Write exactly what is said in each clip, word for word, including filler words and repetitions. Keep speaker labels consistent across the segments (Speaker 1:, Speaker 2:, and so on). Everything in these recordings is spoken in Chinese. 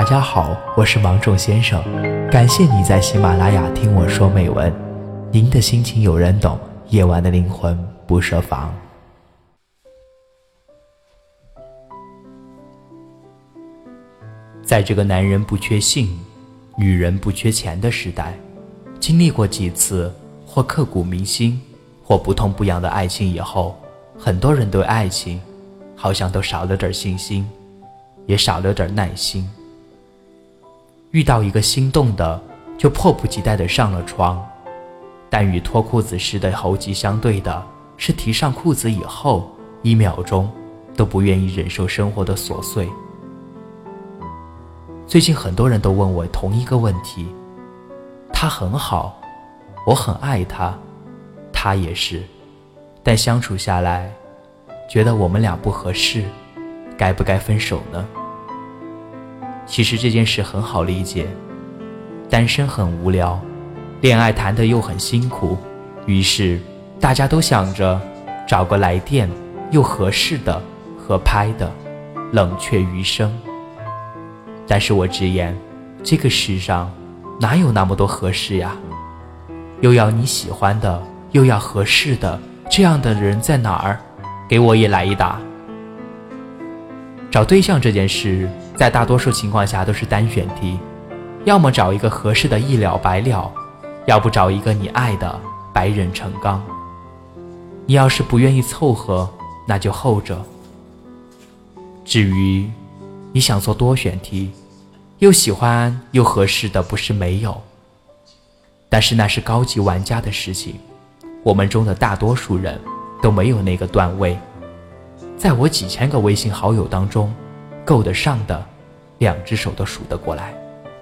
Speaker 1: 家好，我是芒种先生，感谢你在喜马拉雅听我说美文。您的心情有人懂，夜晚的灵魂不设防。在这个男人不缺性，女人不缺钱的时代，经历过几次或刻骨铭心或不痛不痒的爱情以后，很多人对爱情好像都少了点信心，也少了点耐心。遇到一个心动的，就迫不及待地上了床，但与脱裤子时的猴急相对的是，提上裤子以后一秒钟都不愿意忍受生活的琐碎。最近很多人都问我同一个问题，他很好，我很爱他，他也是，但相处下来觉得我们俩不合适，该不该分手呢？其实这件事很好理解，单身很无聊，恋爱谈得又很辛苦，于是大家都想着找个来电又合适的合拍的，冷却余生。但是我直言，这个世上哪有那么多合适呀？又要你喜欢的，又要合适的，这样的人在哪儿？给我也来一打。找对象这件事，在大多数情况下都是单选题，要么找一个合适的一了百了，要不找一个你爱的百忍成钢。你要是不愿意凑合，那就后者。至于你想做多选题，又喜欢又合适的不是没有，但是那是高级玩家的事情，我们中的大多数人都没有那个段位。在我几千个微信好友当中，够得上的两只手都数得过来。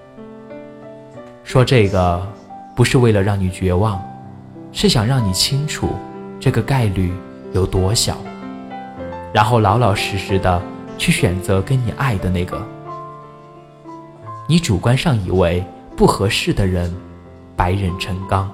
Speaker 1: 说这个不是为了让你绝望，是想让你清楚这个概率有多小，然后老老实实的去选择跟你爱的那个。你主观上以为不合适的人，百忍成钢。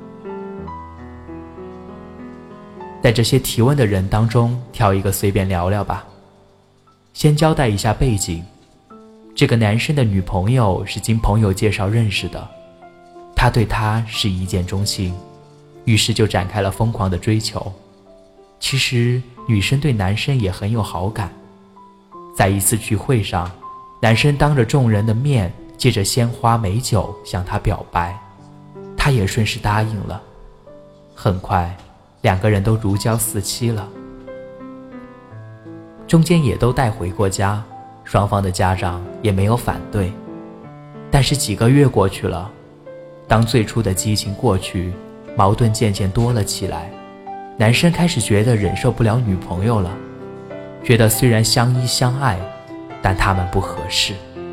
Speaker 1: 在这些提问的人当中挑一个随便聊聊吧。先交代一下背景，这个男生的女朋友是经朋友介绍认识的，他对她是一见钟情，于是就展开了疯狂的追求。其实女生对男生也很有好感，在一次聚会上，男生当着众人的面借着鲜花美酒向她表白，她也顺势答应了。很快两个人都如胶似漆了，中间也都带回过家，双方的家长也没有反对。但是几个月过去了，当最初的激情过去，矛盾渐渐多了起来，男生开始觉得忍受不了女朋友了，觉得虽然相依相爱，但他们不合适。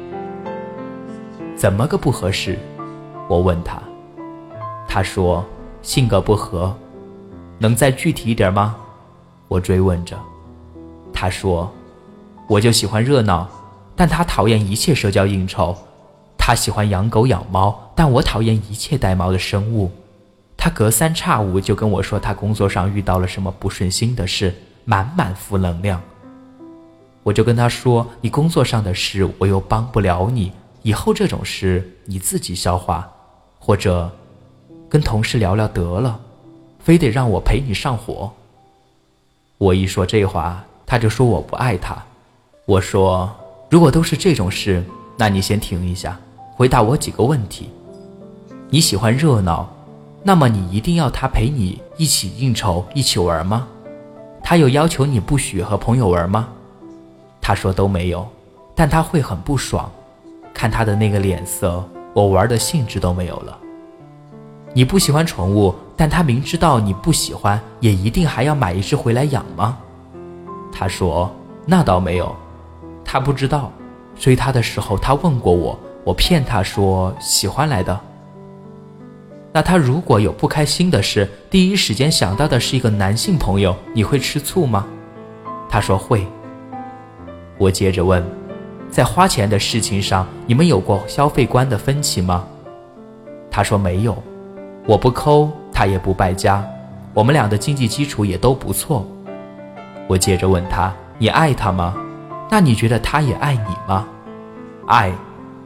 Speaker 1: 怎么个不合适？我问他，他说性格不合。能再具体一点吗？我追问着。他说，我就喜欢热闹，但他讨厌一切社交应酬。他喜欢养狗养猫，但我讨厌一切带毛的生物。他隔三差五就跟我说他工作上遇到了什么不顺心的事，满满负能量。我就跟他说，你工作上的事我又帮不了你，以后这种事你自己消化，或者跟同事聊聊得了，非得让我陪你上火。我一说这话，他就说我不爱他。我说，如果都是这种事，那你先停一下，回答我几个问题。你喜欢热闹，那么你一定要他陪你一起应酬一起玩吗？他有要求你不许和朋友玩吗？他说都没有，但他会很不爽，看他的那个脸色，我玩的兴致都没有了。你不喜欢宠物，但他明知道你不喜欢，也一定还要买一只回来养吗？他说那倒没有，他不知道，追他的时候他问过我，我骗他说喜欢来的。那他如果有不开心的事，第一时间想到的是一个男性朋友，你会吃醋吗？他说会。我接着问，在花钱的事情上，你们有过消费观的分歧吗？他说没有，我不抠，他也不败家，我们俩的经济基础也都不错。我接着问他，你爱他吗？那你觉得他也爱你吗？爱，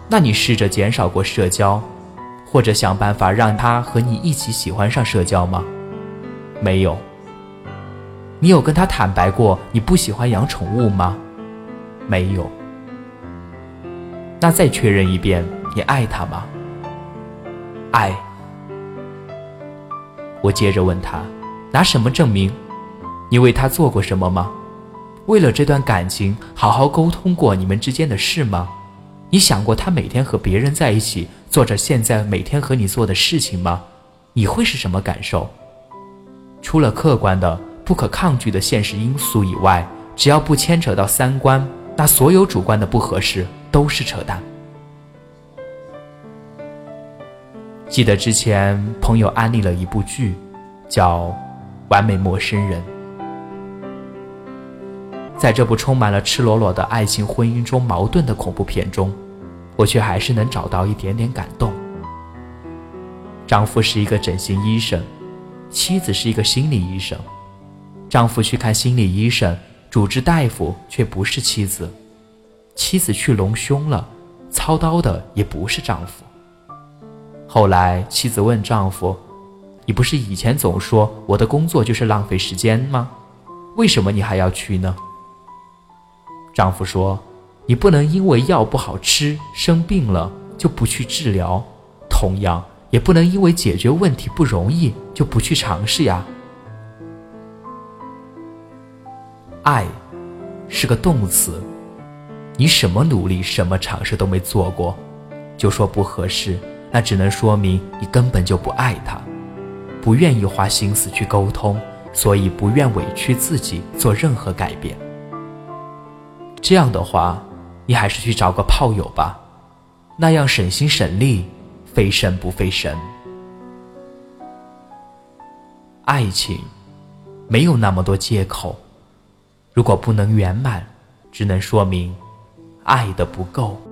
Speaker 1: 那你试着减少过社交，或者想办法让他和你一起喜欢上社交吗？没有。你有跟他坦白过你不喜欢养宠物吗？没有。那再确认一遍，你爱他吗？爱。我接着问他，拿什么证明？你为他做过什么吗？为了这段感情好好沟通过你们之间的事吗？你想过他每天和别人在一起做着现在每天和你做的事情吗？你会是什么感受？除了客观的不可抗拒的现实因素以外，只要不牵扯到三观，那所有主观的不合适都是扯淡。记得之前朋友安利了一部剧，叫《完美陌生人》。在这部充满了赤裸裸的爱情婚姻中矛盾的恐怖片中，我却还是能找到一点点感动。丈夫是一个整形医生，妻子是一个心理医生。丈夫去看心理医生，主治大夫却不是妻子。妻子去隆胸了，操刀的也不是丈夫。后来妻子问丈夫，你不是以前总说我的工作就是浪费时间吗？为什么你还要去呢？丈夫说，你不能因为药不好吃生病了就不去治疗，同样也不能因为解决问题不容易就不去尝试呀。爱是个动词，你什么努力什么尝试都没做过，就说不合适，那只能说明你根本就不爱他，不愿意花心思去沟通，所以不愿委屈自己做任何改变。这样的话，你还是去找个炮友吧，那样省心省力，费神不费神。爱情没有那么多借口，如果不能圆满，只能说明爱的不够。